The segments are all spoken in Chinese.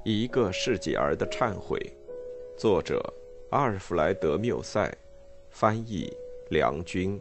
一个世纪儿的忏悔，作者阿尔弗莱德·缪塞，翻译梁军。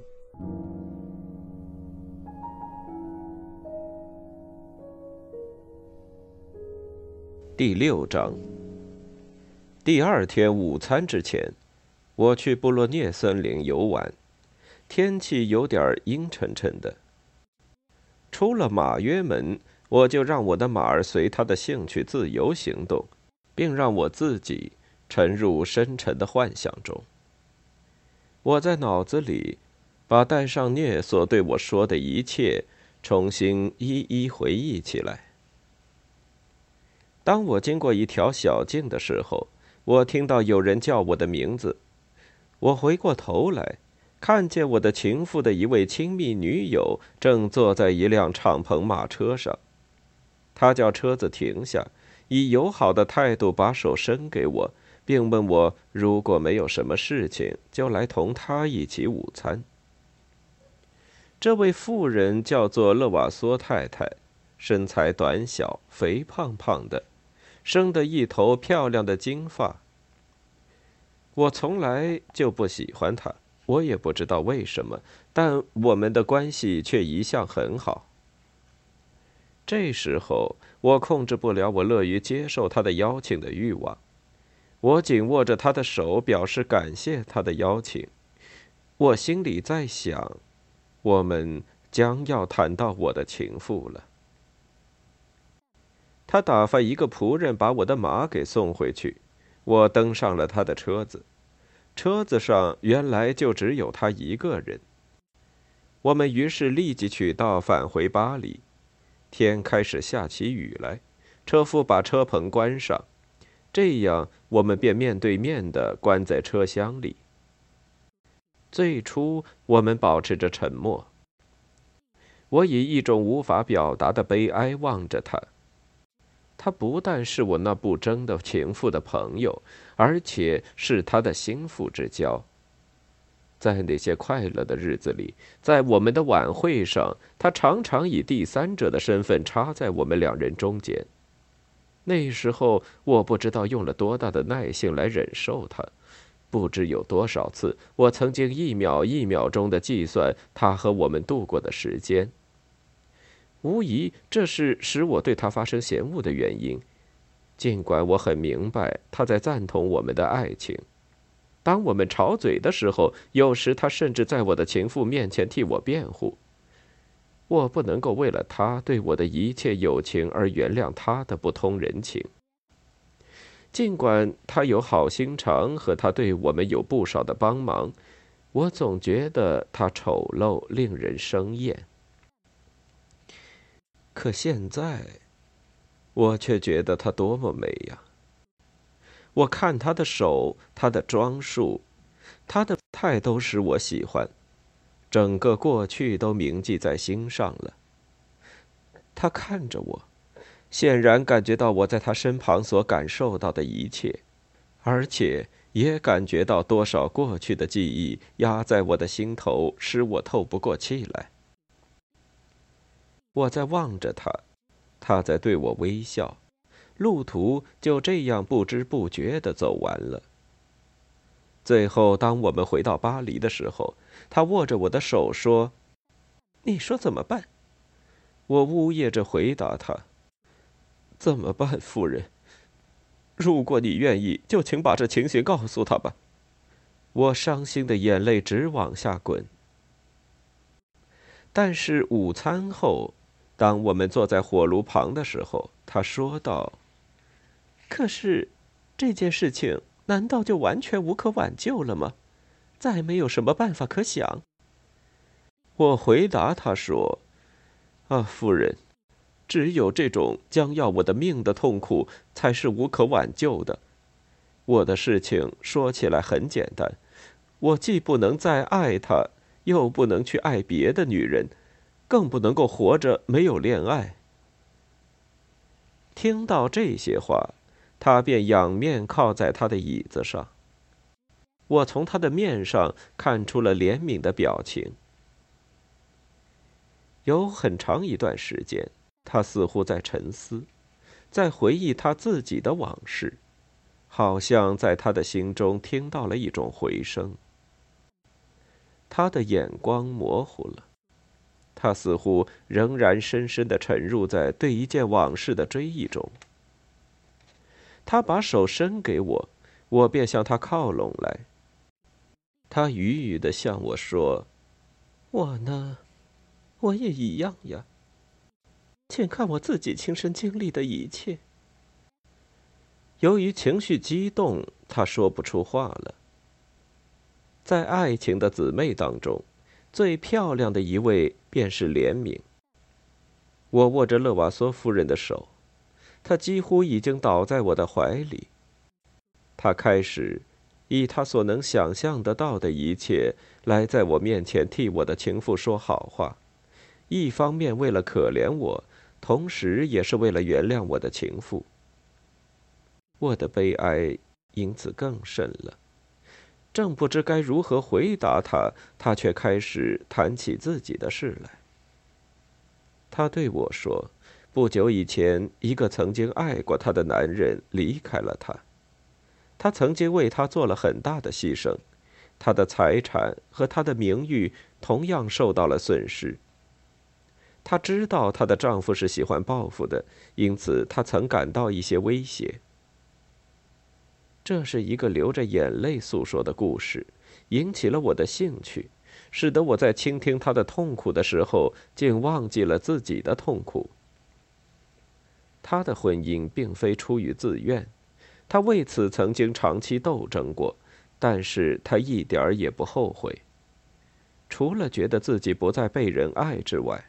第6章。第2天午餐之前，我去布洛涅森林游玩，天气有点阴沉沉的。出了马约门，我就让我的马儿随它的兴趣自由行动，并让我自己沉入深沉的幻想中。我在脑子里把戴尚涅所对我说的一切重新一一回忆起来。当我经过一条小径的时候，我听到有人叫我的名字。我回过头来，看见我的情妇的一位亲密女友正坐在一辆敞篷马车上。她叫车子停下，以友好的态度把手伸给我，并问我如果没有什么事情，就来同她一起午餐。这位妇人叫做勒瓦索太太，身材短小，肥胖胖的，生得一头漂亮的金发。我从来就不喜欢她，我也不知道为什么，但我们的关系却一向很好。这时候，我控制不了我乐于接受她的邀请的欲望。我紧握着她的手，表示感谢她的邀请。我心里在想，我们将要谈到我的情妇了。他打发一个仆人把我的马给送回去。我登上了他的车子，车子上原来就只有他一个人。我们于是立即取道返回巴黎。天开始下起雨来，车夫把车棚关上，这样我们便面对面地关在车厢里。最初我们保持着沉默。我以一种无法表达的悲哀望着他。他不但是我那不争的情妇的朋友，而且是他的心腹之交。在那些快乐的日子里，在我们的晚会上，他常常以第三者的身份插在我们两人中间。那时候，我不知道用了多大的耐性来忍受他，不知有多少次，我曾经一秒一秒钟地计算他和我们度过的时间。无疑，这是使我对他发生嫌恶的原因，尽管我很明白他在赞同我们的爱情。当我们吵嘴的时候，有时他甚至在我的情妇面前替我辩护。我不能够为了他对我的一切友情而原谅他的不通人情。尽管他有好心肠和他对我们有不少的帮忙，我总觉得他丑陋，令人生厌。可现在，我却觉得她多么美呀！我看她的手，她的装束，她的态都使我喜欢，整个过去都铭记在心上了。她看着我，显然感觉到我在她身旁所感受到的一切，而且也感觉到多少过去的记忆压在我的心头，使我透不过气来。我在望着他，他在对我微笑，路途就这样不知不觉地走完了。最后，当我们回到巴黎的时候，他握着我的手说：“你说怎么办？”我呜咽着回答他：“怎么办，夫人？如果你愿意，就请把这情形告诉他吧。”我伤心的眼泪直往下滚。但是午餐后，当我们坐在火炉旁的时候，他说道：“可是，这件事情难道就完全无可挽救了吗？再没有什么办法可想？”我回答他说：“啊，夫人，只有这种将要我的命的痛苦才是无可挽救的。我的事情说起来很简单，我既不能再爱他，又不能去爱别的女人，更不能够活着没有恋爱。”听到这些话，他便仰面靠在他的椅子上。我从他的面上看出了怜悯的表情。有很长一段时间，他似乎在沉思， 在回忆他自己的往事，好像在他的心中听到了一种回声。他的眼光模糊了，他似乎仍然深深地沉入在对一件往事的追忆中。他把手伸给我，我便向他靠拢来。他语语地向我说：“我呢，我也一样呀。请看我自己亲身经历的一切。”由于情绪激动，他说不出话了。在爱情的姊妹当中，最漂亮的一位便是怜悯。我握着勒瓦索夫人的手，她几乎已经倒在我的怀里。她开始以她所能想象得到的一切来在我面前替我的情妇说好话，一方面为了可怜我，同时也是为了原谅我的情妇。我的悲哀因此更甚了。正不知该如何回答他，他却开始谈起自己的事来。他对我说，不久以前，一个曾经爱过他的男人离开了他。他曾经为他做了很大的牺牲，他的财产和他的名誉同样受到了损失。她知道她的丈夫是喜欢报复的，因此她曾感到一些威胁。这是一个流着眼泪诉说的故事，引起了我的兴趣，使得我在倾听她的痛苦的时候，竟忘记了自己的痛苦。她的婚姻并非出于自愿，她为此曾经长期斗争过，但是她一点儿也不后悔，除了觉得自己不再被人爱之外。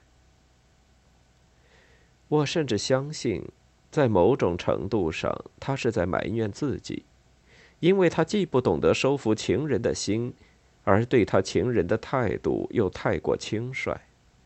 我甚至相信，在某种程度上，她是在埋怨自己。因为他既不懂得收服情人的心，而对他情人的态度又太过轻率。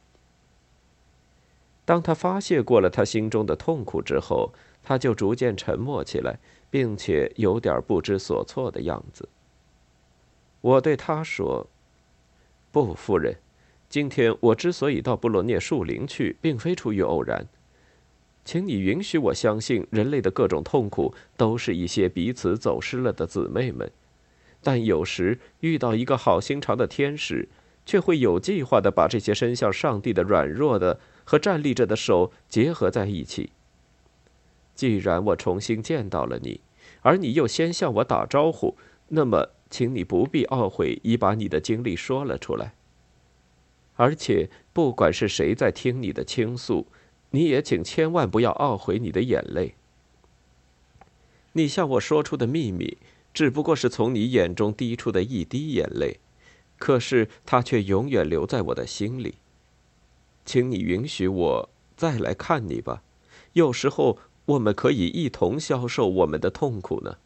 当他发泄过了他心中的痛苦之后，他就逐渐沉默起来，并且有点不知所措的样子。我对他说：“不，夫人，今天我之所以到布洛涅树林去，并非出于偶然。请你允许我相信，人类的各种痛苦都是一些彼此走失了的姊妹们，但有时遇到一个好心肠的天使，却会有计划地把这些伸向上帝的软弱的和站立着的手结合在一起。既然我重新见到了你，而你又先向我打招呼，那么请你不必懊悔已把你的经历说了出来。而且，不管是谁在听你的倾诉，你也请千万不要懊悔你的眼泪。你向我说出的秘密，只不过是从你眼中滴出的一滴眼泪，可是它却永远留在我的心里。请你允许我再来看你吧，有时候我们可以一同消受我们的痛苦呢。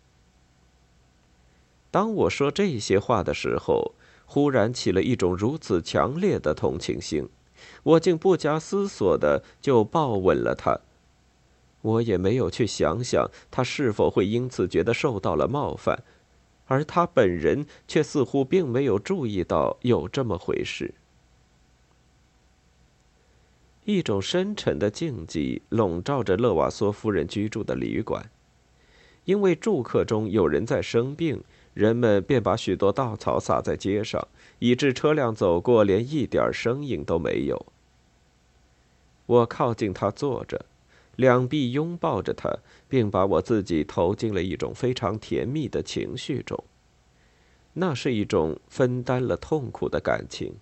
当我说这些话的时候，忽然起了一种如此强烈的同情心，我竟不加思索的就抱吻了他。我也没有去想想他是否会因此觉得受到了冒犯，而他本人却似乎并没有注意到有这么回事。一种深沉的静寂笼罩着勒瓦索夫人居住的旅馆，因为住客中有人在生病，人们便把许多稻草撒在街上，以致车辆走过连一点声音都没有。我靠近他坐着，两臂拥抱着他，并把我自己投进了一种非常甜蜜的情绪中。那是一种分担了痛苦的感情。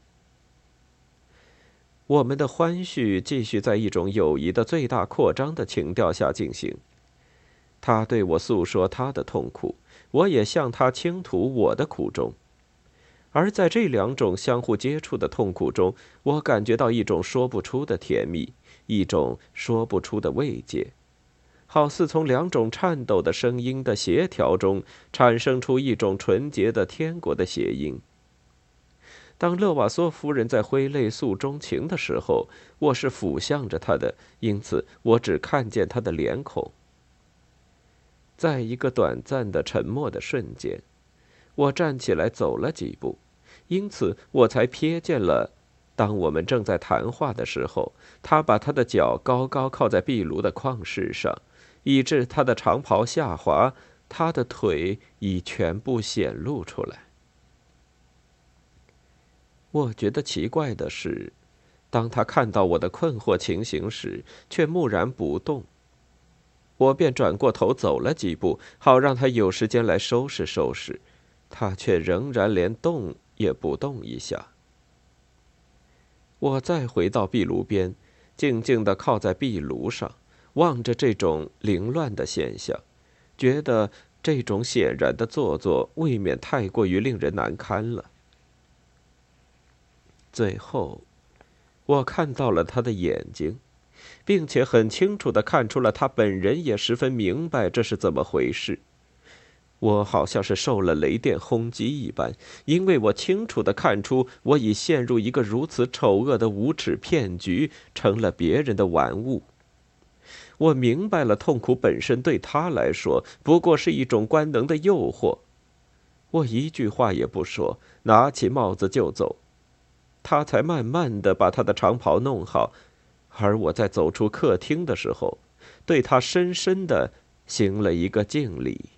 我们的欢叙继续在一种友谊的最大扩张的情调下进行。他对我诉说他的痛苦，我也向他倾吐我的苦衷。而在这两种相互接触的痛苦中，我感觉到一种说不出的甜蜜，一种说不出的慰藉，好似从两种颤抖的声音的协调中产生出一种纯洁的天国的谐音。当勒瓦索夫人在挥泪诉衷情的时候，我是俯向着她的，因此我只看见她的脸孔。在一个短暂的沉默的瞬间，我站起来走了几步，因此我才瞥见了当我们正在谈话的时候，他把他的脚高高靠在壁炉的框饰上，以致他的长袍下滑，他的腿已全部显露出来。我觉得奇怪的是，当他看到我的困惑情形时，却木然不动。我便转过头走了几步，好让他有时间来收拾收拾，他却仍然连动也不动一下。我再回到壁炉边，静静地靠在壁炉上，望着这种凌乱的现象，觉得这种显然的做作未免太过于令人难堪了。最后，我看到了他的眼睛，并且很清楚地看出了他本人也十分明白这是怎么回事。我好像是受了雷电轰击一般，因为我清楚地看出我已陷入一个如此丑恶的无耻骗局，成了别人的玩物。我明白了，痛苦本身对他来说不过是一种官能的诱惑。我一句话也不说，拿起帽子就走。他才慢慢地把他的长袍弄好，而我在走出客厅的时候，对他深深地行了一个敬礼。